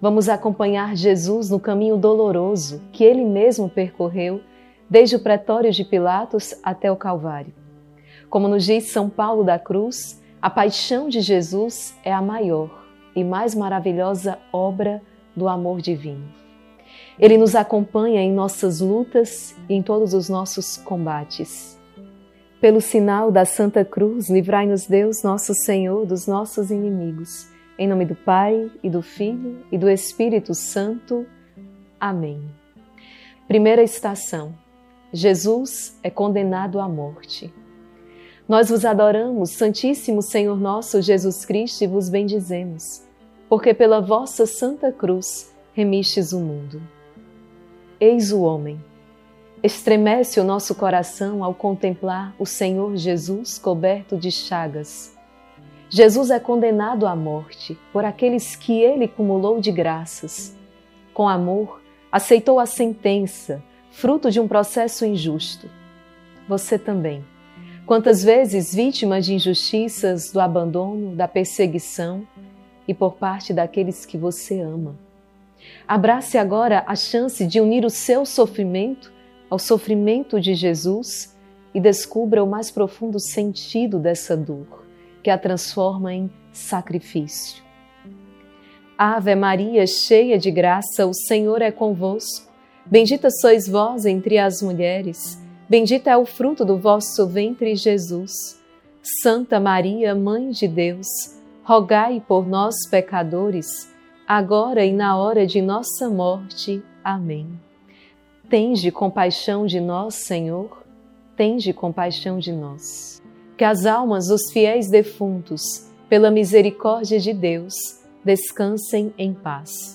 Vamos acompanhar Jesus no caminho doloroso que Ele mesmo percorreu, desde o pretório de Pilatos até o Calvário. Como nos diz São Paulo da Cruz, a paixão de Jesus é a maior e mais maravilhosa obra do amor divino. Ele nos acompanha em nossas lutas e em todos os nossos combates. Pelo sinal da Santa Cruz, livrai-nos Deus, nosso Senhor, dos nossos inimigos. Em nome do Pai, e do Filho, e do Espírito Santo. Amém. Primeira estação. Jesus é condenado à morte. Nós vos adoramos, Santíssimo Senhor nosso Jesus Cristo, e vos bendizemos, porque pela vossa Santa Cruz remistes o mundo. Eis o homem. Estremece o nosso coração ao contemplar o Senhor Jesus coberto de chagas. Jesus é condenado à morte por aqueles que Ele cumulou de graças. Com amor, aceitou a sentença, fruto de um processo injusto. Você também. Quantas vezes vítima de injustiças, do abandono, da perseguição e por parte daqueles que você ama. Abrace agora a chance de unir o seu sofrimento ao sofrimento de Jesus e descubra o mais profundo sentido dessa dor, que a transforma em sacrifício. Ave Maria, cheia de graça, o Senhor é convosco. Bendita sois vós entre as mulheres, bendito é o fruto do vosso ventre, Jesus. Santa Maria, Mãe de Deus, rogai por nós, pecadores, agora e na hora de nossa morte. Amém. Tende compaixão de nós, Senhor, tende compaixão de nós. Que as almas dos fiéis defuntos, pela misericórdia de Deus, descansem em paz.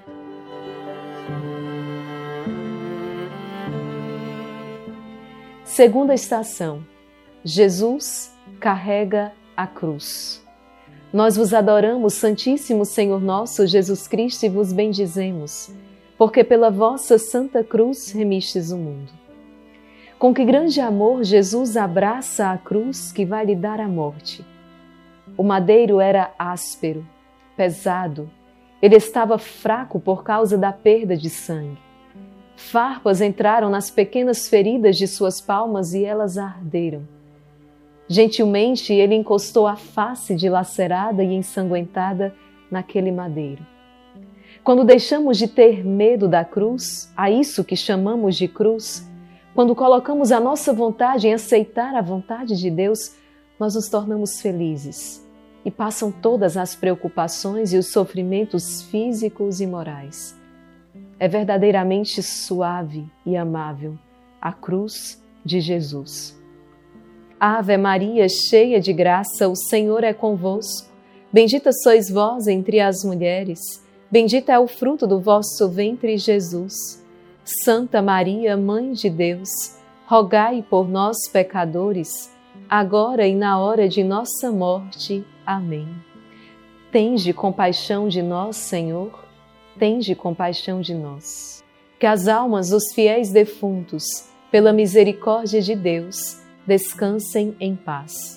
Segunda estação. Jesus carrega a cruz. Nós vos adoramos, Santíssimo Senhor nosso Jesus Cristo, e vos bendizemos, porque pela vossa Santa Cruz remistes o mundo. Com que grande amor Jesus abraça a cruz que vai lhe dar a morte. O madeiro era áspero, pesado, ele estava fraco por causa da perda de sangue. Farpas entraram nas pequenas feridas de suas palmas e elas arderam. Gentilmente ele encostou a face dilacerada e ensanguentada naquele madeiro. Quando deixamos de ter medo da cruz, a isso que chamamos de cruz, quando colocamos a nossa vontade em aceitar a vontade de Deus, nós nos tornamos felizes e passam todas as preocupações e os sofrimentos físicos e morais. É verdadeiramente suave e amável a cruz de Jesus. Ave Maria, cheia de graça, o Senhor é convosco. Bendita sois vós entre as mulheres, bendito é o fruto do vosso ventre, Jesus. Santa Maria, Mãe de Deus, rogai por nós, pecadores, agora e na hora de nossa morte. Amém. Tende compaixão de nós, Senhor, tende compaixão de nós. Que as almas dos fiéis defuntos, pela misericórdia de Deus, descansem em paz.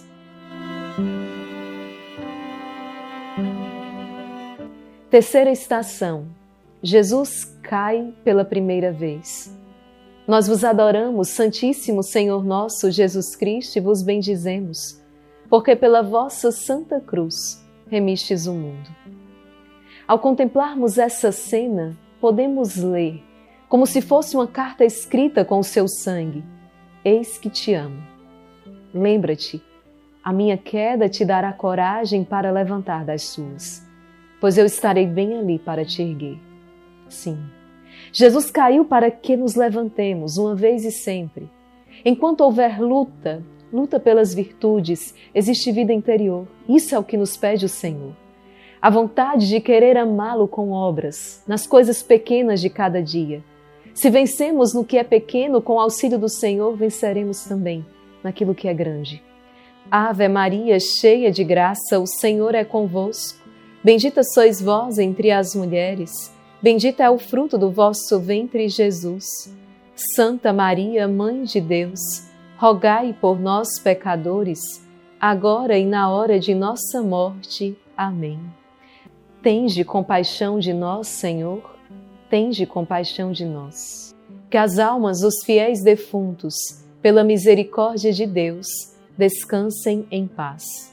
Terceira estação. Jesus cai pela primeira vez. Nós vos adoramos, Santíssimo Senhor nosso Jesus Cristo, e vos bendizemos, porque pela vossa Santa Cruz remistes o mundo. Ao contemplarmos essa cena, podemos ler, como se fosse uma carta escrita com o seu sangue: Eis que te amo. Lembra-te, a minha queda te dará coragem para levantar das suas, pois eu estarei bem ali para te erguer. Sim, Jesus caiu para que nos levantemos uma vez e sempre. Enquanto houver luta pelas virtudes, existe vida interior. Isso é o que nos pede o Senhor. A vontade de querer amá-lo com obras, nas coisas pequenas de cada dia. Se vencemos no que é pequeno, com o auxílio do Senhor, venceremos também naquilo que é grande. Ave Maria, cheia de graça, o Senhor é convosco. Bendita sois vós entre as mulheres, bendito é o fruto do vosso ventre, Jesus. Santa Maria, Mãe de Deus, rogai por nós, pecadores, agora e na hora de nossa morte. Amém. Tende compaixão de nós, Senhor, tende compaixão de nós. Que as almas dos fiéis defuntos, pela misericórdia de Deus, descansem em paz.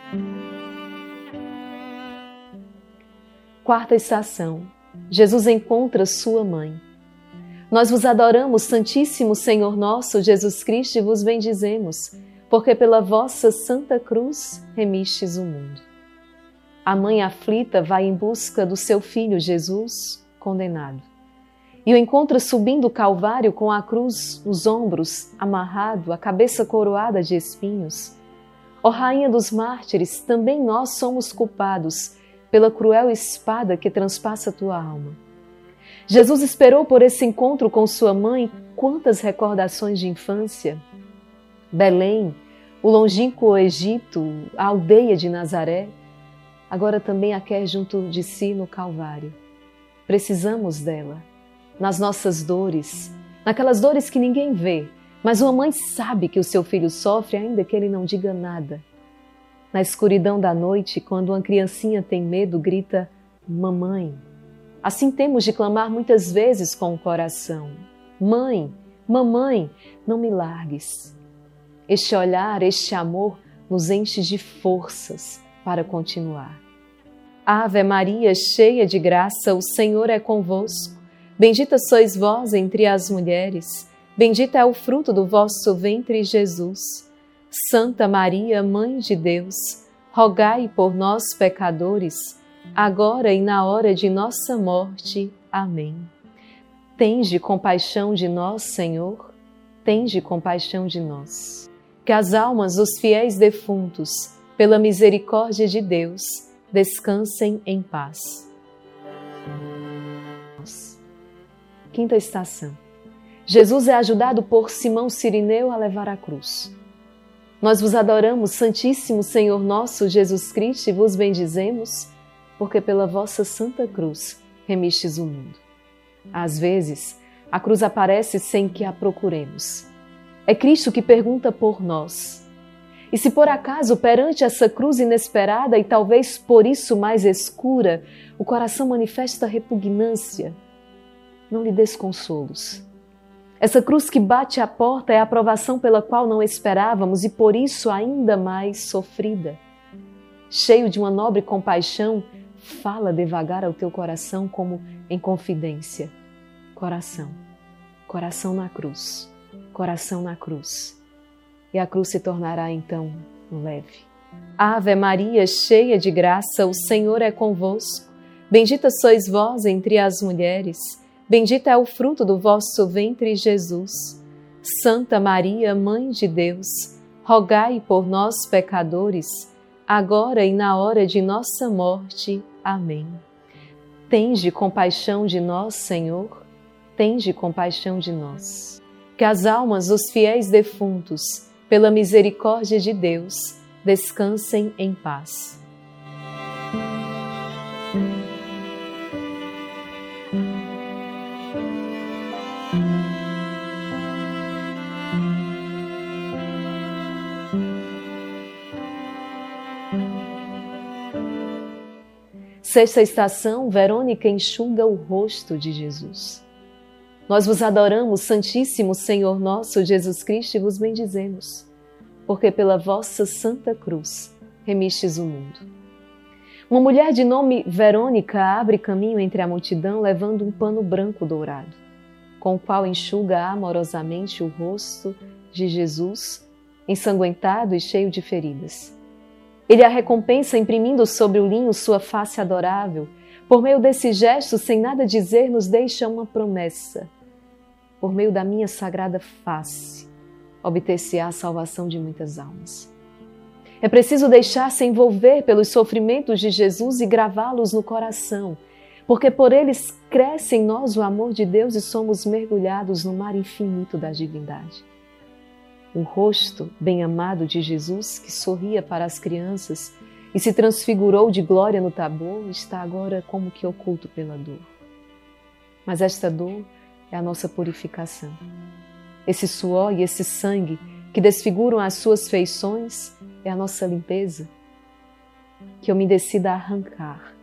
Quarta estação. Jesus encontra sua mãe. Nós vos adoramos, Santíssimo Senhor nosso Jesus Cristo, e vos bendizemos, porque pela vossa Santa Cruz remistes o mundo. A mãe aflita vai em busca do seu filho Jesus, condenado, e o encontra subindo o Calvário com a cruz nos ombros, amarrado, a cabeça coroada de espinhos. Ó Rainha dos Mártires, também nós somos culpados pela cruel espada que transpassa tua alma. Jesus esperou por esse encontro com sua mãe quantas recordações de infância. Belém, o longínquo Egito, a aldeia de Nazaré, agora também a quer junto de si no Calvário. Precisamos dela, nas nossas dores, naquelas dores que ninguém vê, mas uma mãe sabe que o seu filho sofre ainda que ele não diga nada. Na escuridão da noite, quando uma criancinha tem medo, grita: mamãe. Assim temos de clamar muitas vezes com o coração: mãe, mamãe, não me largues. Este olhar, este amor nos enche de forças para continuar. Ave Maria, cheia de graça, o Senhor é convosco. Bendita sois vós entre as mulheres, bendito é o fruto do vosso ventre, Jesus. Santa Maria, Mãe de Deus, rogai por nós, pecadores, agora e na hora de nossa morte. Amém. Tende compaixão de nós, Senhor, tende compaixão de nós. Que as almas dos fiéis defuntos, pela misericórdia de Deus, descansem em paz. Quinta estação. Jesus é ajudado por Simão Cirineu a levar a cruz. Nós vos adoramos, Santíssimo Senhor nosso Jesus Cristo, e vos bendizemos, porque pela vossa Santa Cruz remistes o mundo. Às vezes, a cruz aparece sem que a procuremos. É Cristo que pergunta por nós. E se por acaso, perante essa cruz inesperada e talvez por isso mais escura, o coração manifesta repugnância, não lhe des consolos. Essa cruz que bate à porta é a provação pela qual não esperávamos e por isso ainda mais sofrida. Cheio de uma nobre compaixão, fala devagar ao teu coração como em confidência. Coração, coração na cruz, coração na cruz. E a cruz se tornará então leve. Ave Maria, cheia de graça, o Senhor é convosco. Bendita sois vós entre as mulheres, bendito é o fruto do vosso ventre, Jesus. Santa Maria, Mãe de Deus, rogai por nós, pecadores, agora e na hora de nossa morte. Amém. Tende compaixão de nós, Senhor, tende compaixão de nós. Que as almas dos fiéis defuntos, pela misericórdia de Deus, descansem em paz. Sexta estação, Verônica enxuga o rosto de Jesus. Nós vos adoramos, Santíssimo Senhor nosso Jesus Cristo, e vos bendizemos, porque pela vossa Santa Cruz remistes o mundo. Uma mulher de nome Verônica abre caminho entre a multidão levando um pano branco dourado, com o qual enxuga amorosamente o rosto de Jesus, ensanguentado e cheio de feridas. Ele a recompensa imprimindo sobre o linho sua face adorável. Por meio desse gesto, sem nada dizer, nos deixa uma promessa. Por meio da minha sagrada face, obter-se-á a salvação de muitas almas. É preciso deixar-se envolver pelos sofrimentos de Jesus e gravá-los no coração, porque por eles cresce em nós o amor de Deus e somos mergulhados no mar infinito da divindade. O rosto bem-amado de Jesus, que sorria para as crianças e se transfigurou de glória no Tabor, está agora como que oculto pela dor. Mas esta dor é a nossa purificação. Esse suor e esse sangue que desfiguram as suas feições é a nossa limpeza. Que eu me decida a arrancar,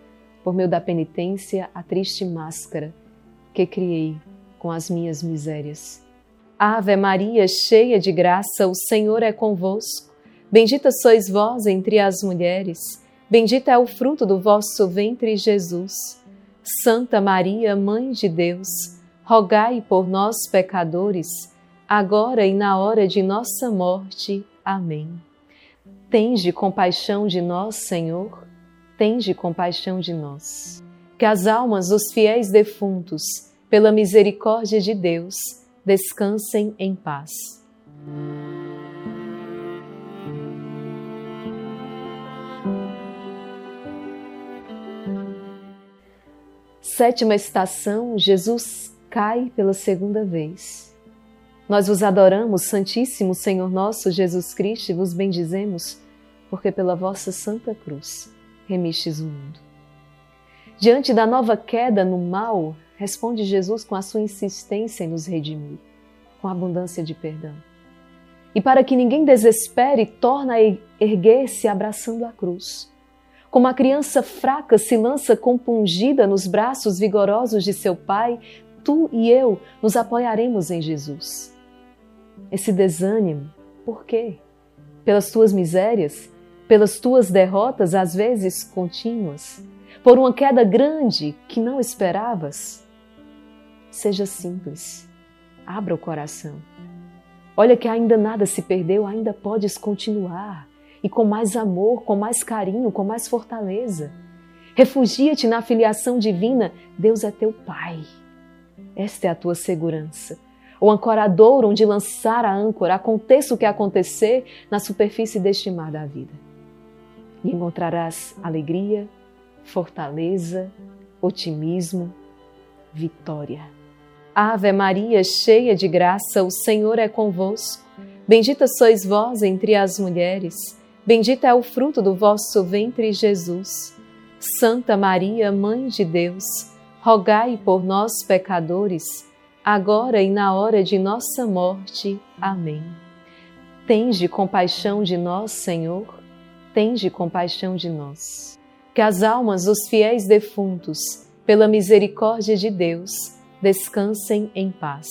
por meio da penitência, a triste máscara que criei com as minhas misérias. Ave Maria, cheia de graça, o Senhor é convosco. Bendita sois vós entre as mulheres, bendito é o fruto do vosso ventre, Jesus. Santa Maria, Mãe de Deus, rogai por nós, pecadores, agora e na hora de nossa morte. Amém. Tende compaixão de nós, Senhor, tende compaixão de nós. Que as almas dos fiéis defuntos, pela misericórdia de Deus, descansem em paz. Sétima estação, Jesus cai pela segunda vez. Nós vos adoramos, Santíssimo Senhor nosso Jesus Cristo, e vos bendizemos, porque pela vossa santa cruz remistes o mundo. Diante da nova queda no mal, responde Jesus com a sua insistência em nos redimir, com abundância de perdão. E para que ninguém desespere, torna a erguer-se abraçando a cruz. Como a criança fraca se lança compungida nos braços vigorosos de seu Pai, tu e eu nos apoiaremos em Jesus. Esse desânimo, por quê? Pelas tuas misérias? Pelas tuas derrotas, às vezes contínuas? Por uma queda grande que não esperavas? Seja simples, abra o coração. Olha que ainda nada se perdeu, ainda podes continuar. E com mais amor, com mais carinho, com mais fortaleza. Refugia-te na filiação divina, Deus é teu Pai. Esta é a tua segurança. O ancoradouro onde lançar a âncora, aconteça o que acontecer na superfície deste mar da vida. E encontrarás alegria, fortaleza, otimismo, vitória. Ave Maria, cheia de graça, o Senhor é convosco. Bendita sois vós entre as mulheres, bendito é o fruto do vosso ventre, Jesus. Santa Maria, Mãe de Deus, rogai por nós, pecadores, agora e na hora de nossa morte. Amém. Tende compaixão de nós, Senhor, tende compaixão de nós. Que as almas dos fiéis defuntos, pela misericórdia de Deus, descansem em paz.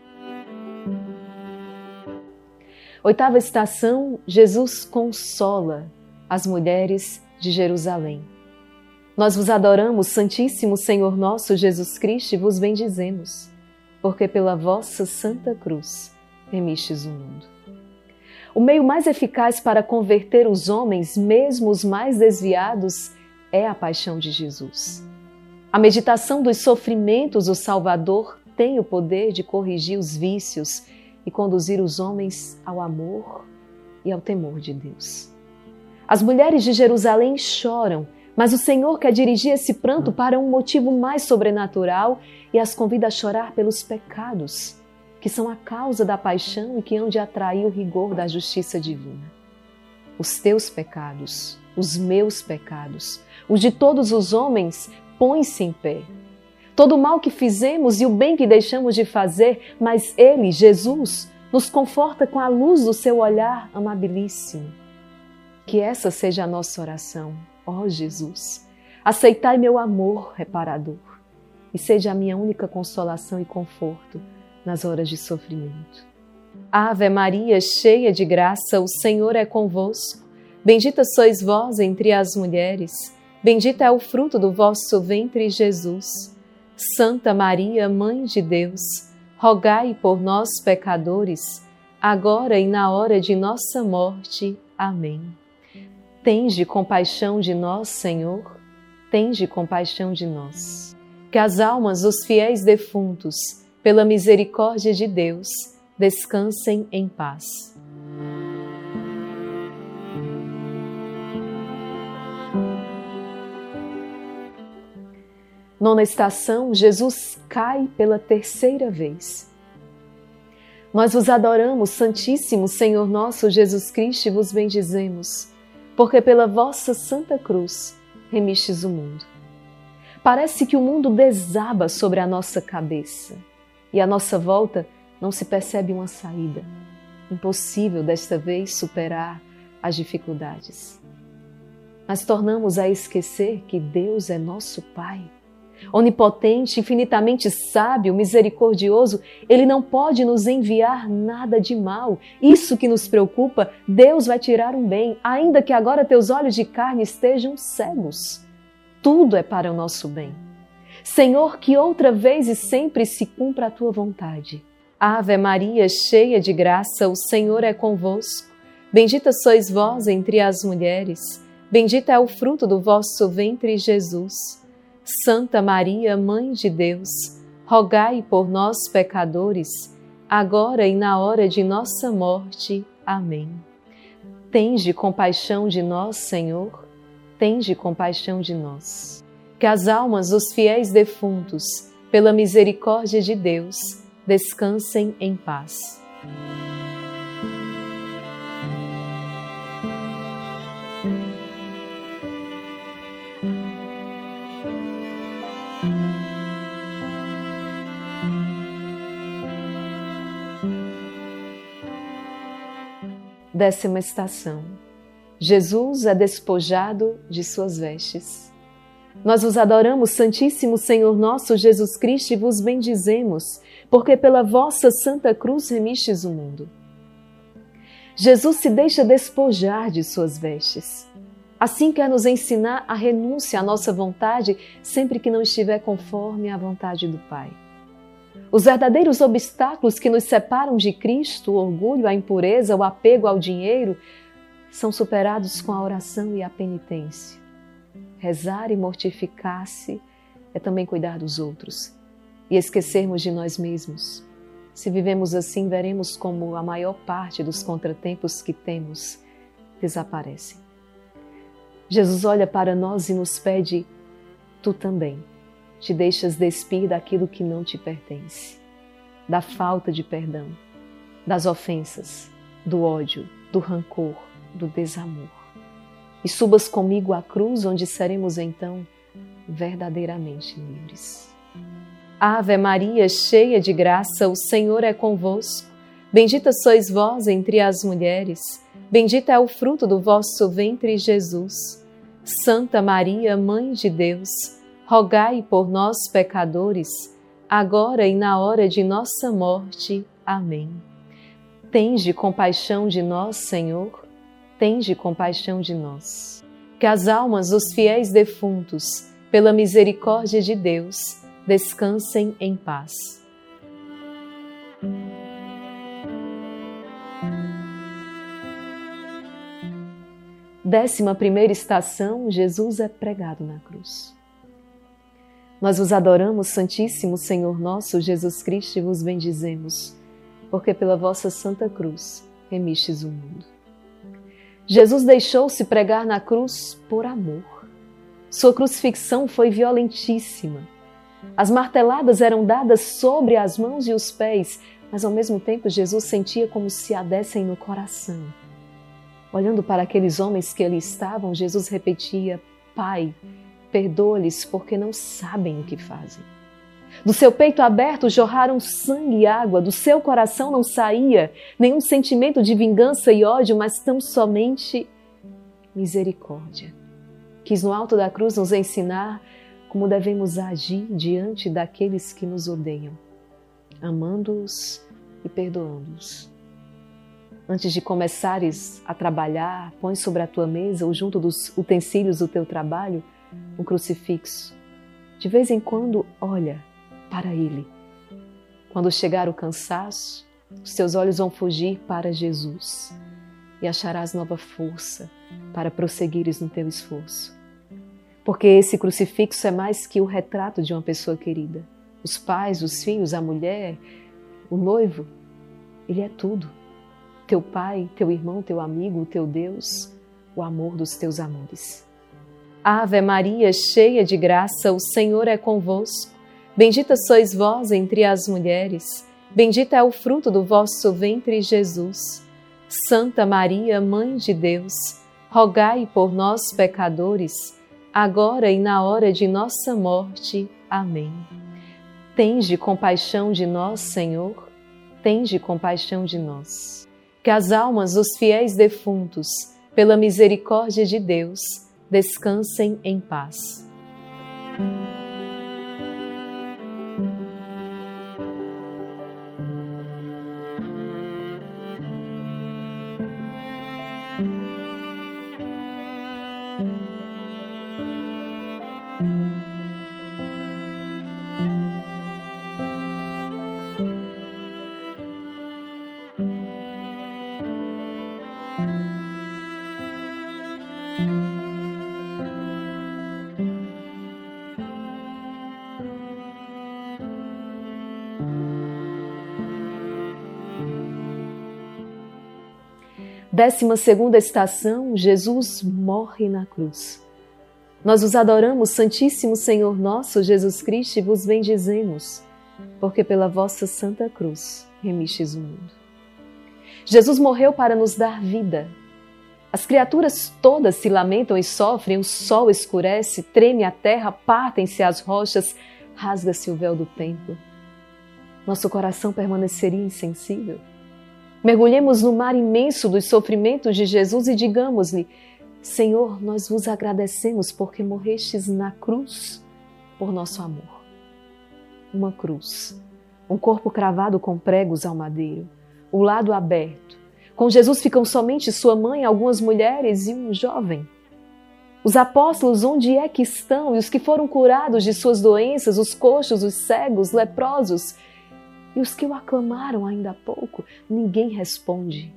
Oitava estação, Jesus consola as mulheres de Jerusalém. Nós vos adoramos, Santíssimo Senhor nosso Jesus Cristo, e vos bendizemos, porque pela vossa santa cruz remistes o mundo. O meio mais eficaz para converter os homens, mesmo os mais desviados, é a paixão de Jesus. A meditação dos sofrimentos do Salvador tem o poder de corrigir os vícios e conduzir os homens ao amor e ao temor de Deus. As mulheres de Jerusalém choram, mas o Senhor quer dirigir esse pranto para um motivo mais sobrenatural e as convida a chorar pelos pecados, que são a causa da paixão e que hão de atrair o rigor da justiça divina. Os teus pecados, os meus pecados, os de todos os homens, põe-se em pé. Todo o mal que fizemos e o bem que deixamos de fazer, mas Ele, Jesus, nos conforta com a luz do seu olhar amabilíssimo. Que essa seja a nossa oração. Ó Jesus, aceitai meu amor reparador e seja a minha única consolação e conforto nas horas de sofrimento. Ave Maria, cheia de graça, o Senhor é convosco. Bendita sois vós entre as mulheres, bendito é o fruto do vosso ventre, Jesus. Santa Maria, Mãe de Deus, rogai por nós, pecadores, agora e na hora de nossa morte. Amém. Tende compaixão de nós, Senhor, tende compaixão de nós. Que as almas dos fiéis defuntos, pela misericórdia de Deus, descansem em paz. Nona estação, Jesus cai pela terceira vez. Nós vos adoramos, Santíssimo Senhor nosso Jesus Cristo, e vos bendizemos, porque pela vossa santa cruz remistes o mundo. Parece que o mundo desaba sobre a nossa cabeça e à nossa volta não se percebe uma saída. Impossível desta vez superar as dificuldades. mas tornamos a esquecer que Deus é nosso Pai. Onipotente, infinitamente sábio, misericordioso, Ele não pode nos enviar nada de mal. Isso que nos preocupa, Deus vai tirar um bem, ainda que agora teus olhos de carne estejam cegos. Tudo é para o nosso bem. Senhor, que outra vez e sempre se cumpra a Tua vontade. Ave Maria, cheia de graça, o Senhor é convosco. Bendita sois vós entre as mulheres, bendito é o fruto do vosso ventre, Jesus. Santa Maria, Mãe de Deus, rogai por nós, pecadores, agora e na hora de nossa morte. Amém. Tende compaixão de nós, Senhor, tende compaixão de nós. Que as almas dos fiéis defuntos, pela misericórdia de Deus, descansem em paz. Décima estação. Jesus é despojado de suas vestes. Nós vos adoramos, Santíssimo Senhor nosso Jesus Cristo, e vos bendizemos, porque pela vossa Santa Cruz remistes o mundo. Jesus se deixa despojar de suas vestes. Assim quer nos ensinar a renúncia à nossa vontade, sempre que não estiver conforme à vontade do Pai. Os verdadeiros obstáculos que nos separam de Cristo, o orgulho, a impureza, o apego ao dinheiro, são superados com a oração e a penitência. Rezar e mortificar-se é também cuidar dos outros e esquecermos de nós mesmos. Se vivemos assim, veremos como a maior parte dos contratempos que temos desaparecem. Jesus olha para nós e nos pede: tu também te deixas despir daquilo que não te pertence, da falta de perdão, das ofensas, do ódio, do rancor, do desamor. E subas comigo à cruz, onde seremos então verdadeiramente livres. Ave Maria, cheia de graça, o Senhor é convosco. Bendita sois vós entre as mulheres, bendito é o fruto do vosso ventre, Jesus. Santa Maria, Mãe de Deus, rogai por nós, pecadores, agora e na hora de nossa morte. Amém. Tende compaixão de nós, Senhor, tende compaixão de nós. Que as almas dos fiéis defuntos, pela misericórdia de Deus, descansem em paz. Décima primeira estação, Jesus é pregado na cruz. Nós vos adoramos, Santíssimo Senhor nosso Jesus Cristo, e vos bendizemos, porque pela vossa Santa Cruz remistes o mundo. Jesus deixou-se pregar na cruz por amor. Sua crucifixão foi violentíssima. As marteladas eram dadas sobre as mãos e os pés, mas ao mesmo tempo Jesus sentia como se a dessem no coração. Olhando para aqueles homens que ali estavam, Jesus repetia: Pai, perdoa-lhes porque não sabem o que fazem. Do seu peito aberto jorraram sangue e água, do seu coração não saía nenhum sentimento de vingança e ódio, mas tão somente misericórdia. Quis no alto da cruz nos ensinar como devemos agir diante daqueles que nos odeiam, amando-os e perdoando-os. Antes de começares a trabalhar, põe sobre a tua mesa ou junto dos utensílios do teu trabalho um crucifixo. De vez em quando, olha para ele. Quando chegar o cansaço, os teus olhos vão fugir para Jesus e acharás nova força para prosseguires no teu esforço. Porque esse crucifixo é mais que o retrato de uma pessoa querida. Os pais, os filhos, a mulher, o noivo, ele é tudo. Teu pai, teu irmão, teu amigo, o teu Deus, o amor dos teus amores. Ave Maria, cheia de graça, o Senhor é convosco. Bendita sois vós entre as mulheres, bendito é o fruto do vosso ventre, Jesus. Santa Maria, Mãe de Deus, rogai por nós, pecadores, agora e na hora de nossa morte. Amém. Tende compaixão de nós, Senhor, tende compaixão de nós. Que as almas dos fiéis defuntos, pela misericórdia de Deus, descansem em paz. Décima segunda estação, Jesus morre na cruz. Nós os adoramos, Santíssimo Senhor nosso Jesus Cristo, e vos bendizemos, porque pela vossa santa cruz remistes o mundo. Jesus morreu para nos dar vida. As criaturas todas se lamentam e sofrem, o sol escurece, treme a terra, partem-se as rochas, rasga-se o véu do templo. Nosso coração permaneceria insensível? Mergulhemos no mar imenso dos sofrimentos de Jesus e digamos-lhe: Senhor, nós vos agradecemos porque morrestes na cruz por nosso amor. Uma cruz, um corpo cravado com pregos ao madeiro, o lado aberto. Com Jesus ficam somente sua mãe, algumas mulheres e um jovem. Os apóstolos, onde é que estão? E os que foram curados de suas doenças, os coxos, os cegos, leprosos? E os que o aclamaram ainda há pouco? Ninguém responde.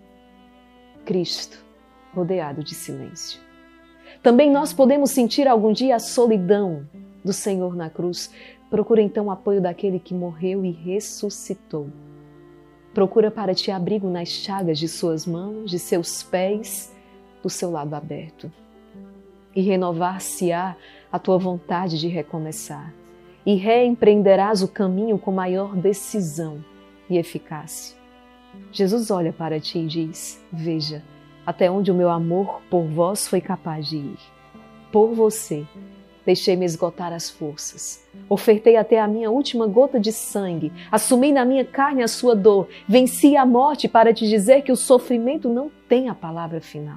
Cristo, rodeado de silêncio. Também nós podemos sentir algum dia a solidão do Senhor na cruz. Procura então o apoio daquele que morreu e ressuscitou. Procura para ti abrigo nas chagas de suas mãos, de seus pés, do seu lado aberto. E renovar-se-á a tua vontade de recomeçar. E reempreenderás o caminho com maior decisão e eficácia. Jesus olha para ti e diz: veja, até onde o meu amor por vós foi capaz de ir. Por você, deixei-me esgotar as forças. Ofertei até a minha última gota de sangue. Assumi na minha carne a sua dor. Venci a morte para te dizer que o sofrimento não tem a palavra final.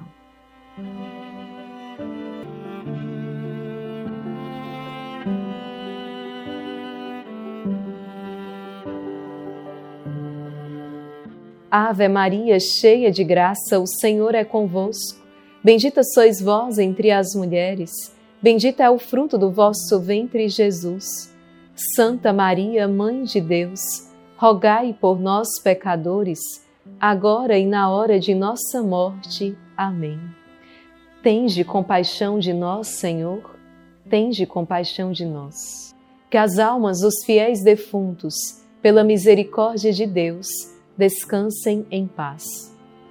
Ave Maria, cheia de graça, o Senhor é convosco. Bendita sois vós entre as mulheres. Bendito é o fruto do vosso ventre, Jesus. Santa Maria, Mãe de Deus, rogai por nós, pecadores, agora e na hora de nossa morte. Amém. Tende compaixão de nós, Senhor, tende compaixão de nós. Que as almas dos fiéis defuntos, pela misericórdia de Deus, descansem em paz.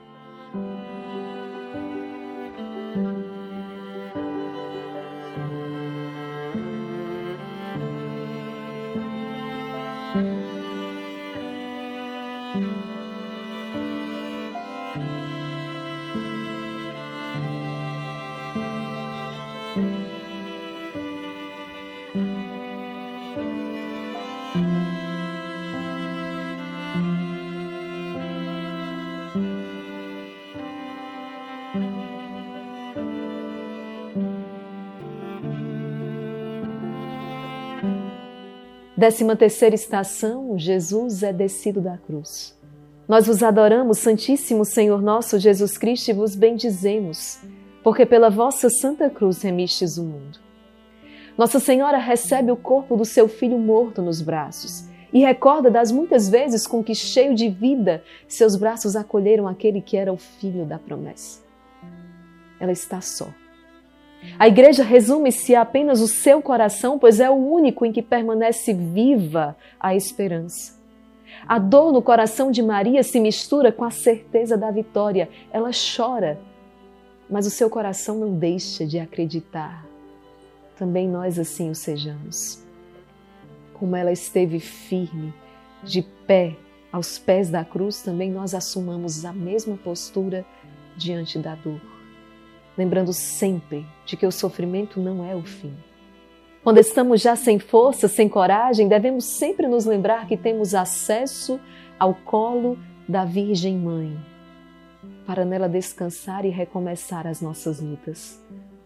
Décima terceira estação, Jesus é descido da cruz. Nós vos adoramos, Santíssimo Senhor nosso Jesus Cristo, e vos bendizemos, porque pela vossa santa cruz remistes o mundo. Nossa Senhora recebe o corpo do seu filho morto nos braços e recorda das muitas vezes com que, cheio de vida, seus braços acolheram aquele que era o filho da promessa. Ela está só. A Igreja resume-se a apenas o seu coração, pois é o único em que permanece viva a esperança. A dor no coração de Maria se mistura com a certeza da vitória. Ela chora, mas o seu coração não deixa de acreditar. Também nós assim o sejamos. Como ela esteve firme, de pé, aos pés da cruz, também nós assumamos a mesma postura diante da dor. Lembrando sempre de que o sofrimento não é o fim. Quando estamos já sem força, sem coragem, devemos sempre nos lembrar que temos acesso ao colo da Virgem Mãe, para nela descansar e recomeçar as nossas lutas.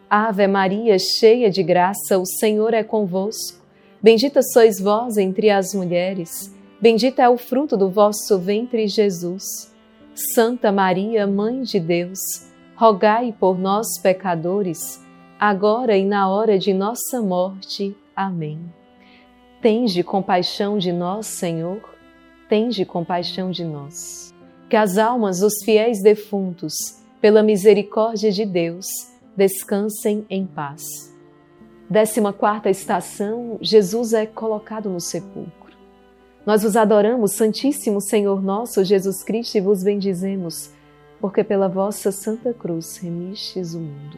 Ave Maria, cheia de graça, o Senhor é convosco. Bendita sois vós entre as mulheres, bendito é o fruto do vosso ventre, Jesus. Santa Maria, Mãe de Deus, rogai por nós, pecadores, agora e na hora de nossa morte. Amém. Tende compaixão de nós, Senhor, tende compaixão de nós. Que as almas dos fiéis defuntos, pela misericórdia de Deus, descansem em paz. 14ª estação, Jesus é colocado no sepulcro. Nós vos adoramos, Santíssimo Senhor nosso Jesus Cristo, e vos bendizemos, porque pela vossa Santa Cruz remistes o mundo.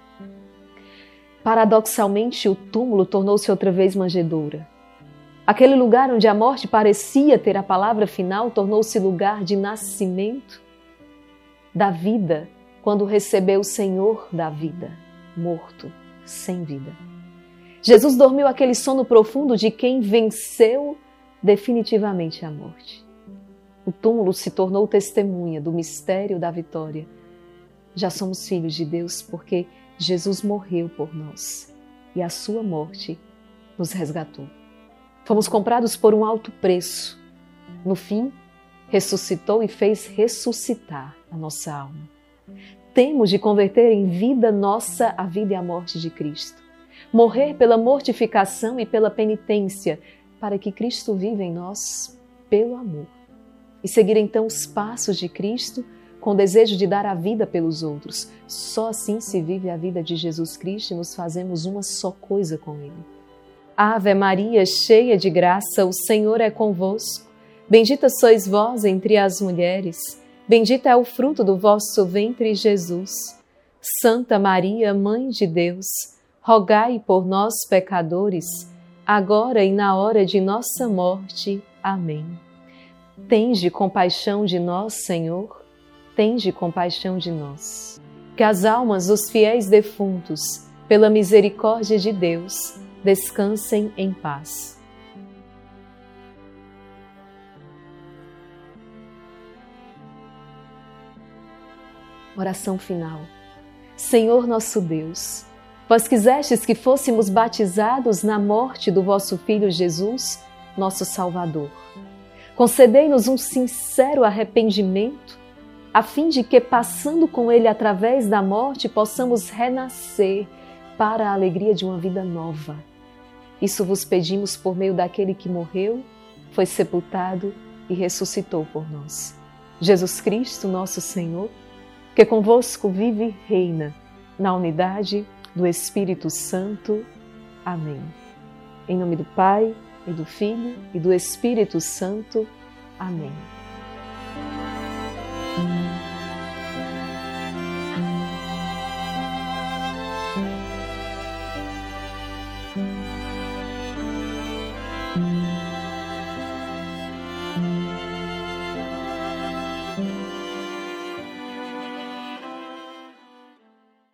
Paradoxalmente, o túmulo tornou-se outra vez manjedoura. Aquele lugar onde a morte parecia ter a palavra final tornou-se lugar de nascimento da vida, quando recebeu o Senhor da vida, morto, sem vida. Jesus dormiu aquele sono profundo de quem venceu definitivamente a morte. O túmulo se tornou testemunha do mistério da vitória. Já somos filhos de Deus porque Jesus morreu por nós e a sua morte nos resgatou. Fomos comprados por um alto preço. No fim, ressuscitou e fez ressuscitar a nossa alma. Temos de converter em vida nossa a vida e a morte de Cristo. Morrer pela mortificação e pela penitência, para que Cristo viva em nós pelo amor. E seguir então os passos de Cristo com o desejo de dar a vida pelos outros. Só assim se vive a vida de Jesus Cristo e nos fazemos uma só coisa com Ele. Ave Maria, cheia de graça, o Senhor é convosco. Bendita sois vós entre as mulheres, bendito é o fruto do vosso ventre, Jesus. Santa Maria, Mãe de Deus, rogai por nós, pecadores, agora e na hora de nossa morte. Amém. Tende compaixão de nós, Senhor, tende compaixão de nós. Que as almas dos fiéis defuntos, pela misericórdia de Deus, descansem em paz. Oração final. Senhor nosso Deus, vós quisestes que fôssemos batizados na morte do vosso Filho Jesus, nosso Salvador. Concedei-nos um sincero arrependimento, a fim de que, passando com Ele através da morte, possamos renascer para a alegria de uma vida nova. Isso vos pedimos por meio daquele que morreu, foi sepultado e ressuscitou por nós. Jesus Cristo, nosso Senhor, que convosco vive e reina, na unidade do Espírito Santo. Amém. Em nome do Pai, e do Filho, e do Espírito Santo. Amém.